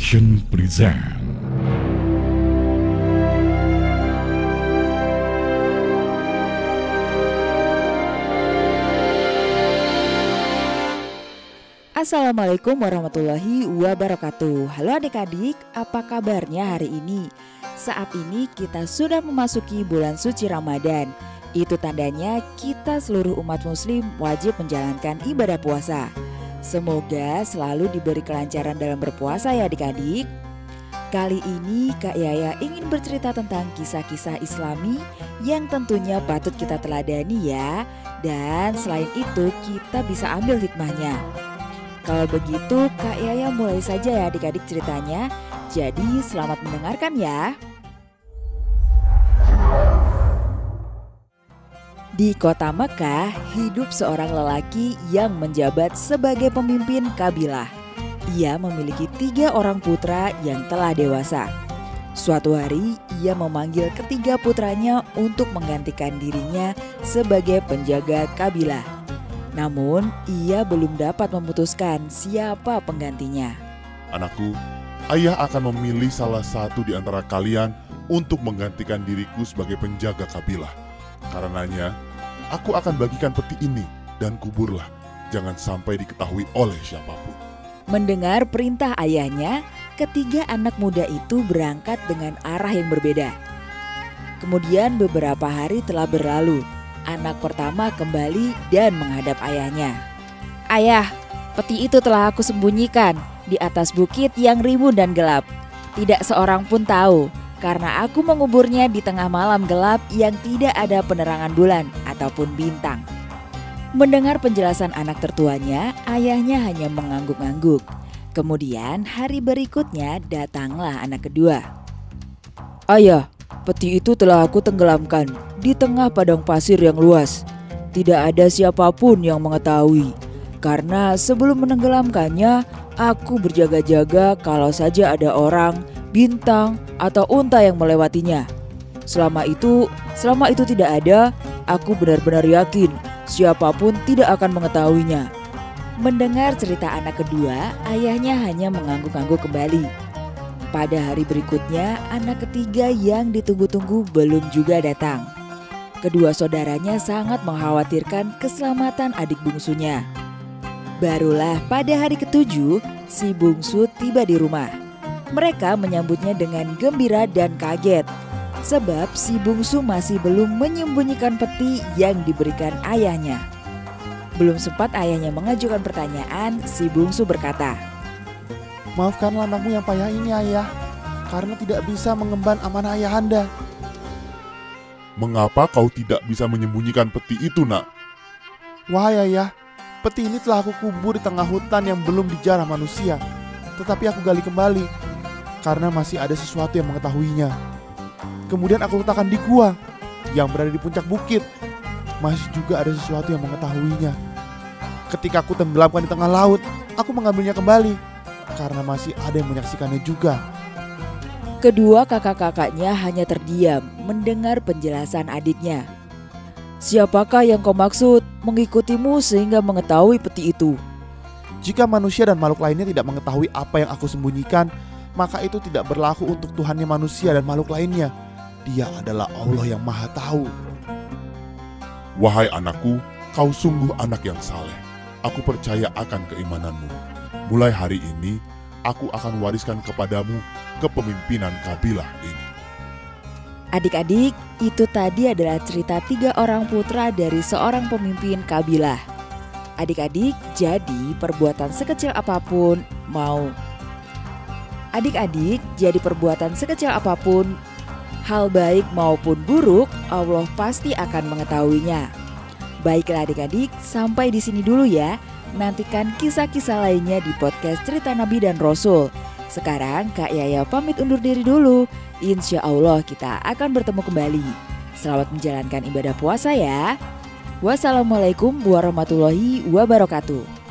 Production present. Assalamualaikum warahmatullahi wabarakatuh. Halo adik-adik, apa kabarnya hari ini? Saat ini kita sudah memasuki bulan suci Ramadan. Itu tandanya kita seluruh umat muslim wajib menjalankan ibadah puasa. Semoga selalu diberi kelancaran dalam berpuasa ya adik-adik. Kali ini Kak Yaya ingin bercerita tentang kisah-kisah Islami yang tentunya patut kita teladani ya. Dan selain itu kita bisa ambil hikmahnya. Kalau begitu Kak Yaya mulai saja ya adik-adik ceritanya. Jadi selamat mendengarkan ya. Di kota Mekah hidup seorang lelaki yang menjabat sebagai pemimpin kabilah. Ia memiliki 3 orang putra yang telah dewasa. Suatu hari ia memanggil ketiga putranya untuk menggantikan dirinya sebagai penjaga kabilah. Namun, ia belum dapat memutuskan siapa penggantinya. Anakku, ayah akan memilih salah satu di antara kalian untuk menggantikan diriku sebagai penjaga kabilah. Karenanya, aku akan bagikan peti ini dan kuburlah. Jangan sampai diketahui oleh siapapun. Mendengar perintah ayahnya, ketiga anak muda itu berangkat dengan arah yang berbeda. Kemudian beberapa hari telah berlalu. Anak pertama kembali dan menghadap ayahnya. Ayah, peti itu telah aku sembunyikan di atas bukit yang rimbun dan gelap. Tidak seorang pun tahu, karena aku menguburnya di tengah malam gelap yang tidak ada penerangan bulan ataupun bintang. Mendengar penjelasan anak tertuanya, ayahnya hanya mengangguk-angguk. Kemudian hari berikutnya datanglah anak kedua. Ayah, peti itu telah aku tenggelamkan di tengah padang pasir yang luas. Tidak ada siapapun yang mengetahui. Karena sebelum menenggelamkannya, aku berjaga-jaga kalau saja ada orang, bintang, atau unta yang melewatinya. Selama itu tidak ada, aku benar-benar yakin siapapun tidak akan mengetahuinya. Mendengar cerita anak kedua, ayahnya hanya mengangguk-angguk kembali. Pada hari berikutnya, anak ketiga yang ditunggu-tunggu belum juga datang. Kedua saudaranya sangat mengkhawatirkan keselamatan adik bungsunya. Barulah pada hari ke-7, si bungsu tiba di rumah. Mereka menyambutnya dengan gembira dan kaget, sebab si bungsu masih belum menyembunyikan peti yang diberikan ayahnya. Belum sempat ayahnya mengajukan pertanyaan, si bungsu berkata, "Maafkanlah anakmu yang payah ini ayah, karena tidak bisa mengemban amanah ayahanda." Mengapa kau tidak bisa menyembunyikan peti itu, nak? "Wahai ayah, peti ini telah aku kubur di tengah hutan yang belum dijarah manusia. Tetapi aku gali kembali, karena masih ada sesuatu yang mengetahuinya. Kemudian aku letakkan di gua yang berada di puncak bukit. Masih juga ada sesuatu yang mengetahuinya. Ketika aku tenggelamkan di tengah laut, aku mengambilnya kembali, karena masih ada yang menyaksikannya juga." Kedua kakak-kakaknya hanya terdiam mendengar penjelasan adiknya. "Siapakah yang kau maksud mengikutimu sehingga mengetahui peti itu?" "Jika manusia dan makhluk lainnya tidak mengetahui apa yang aku sembunyikan, maka itu tidak berlaku untuk Tuhannya manusia dan makhluk lainnya. Dia adalah Allah yang Maha Tahu." Wahai anakku, kau sungguh anak yang saleh. Aku percaya akan keimananmu. Mulai hari ini, aku akan wariskan kepadamu kepemimpinan kabilah ini. Adik-adik, itu tadi adalah cerita 3 orang putra dari seorang pemimpin kabilah. Adik-adik, jadi perbuatan sekecil apapun hal baik maupun buruk, Allah pasti akan mengetahuinya. Baiklah adik-adik, sampai di sini dulu ya. Nantikan kisah-kisah lainnya di podcast Cerita Nabi dan Rasul. Sekarang Kak Yaya pamit undur diri dulu. Insya Allah kita akan bertemu kembali. Selamat menjalankan ibadah puasa ya. Wassalamualaikum warahmatullahi wabarakatuh.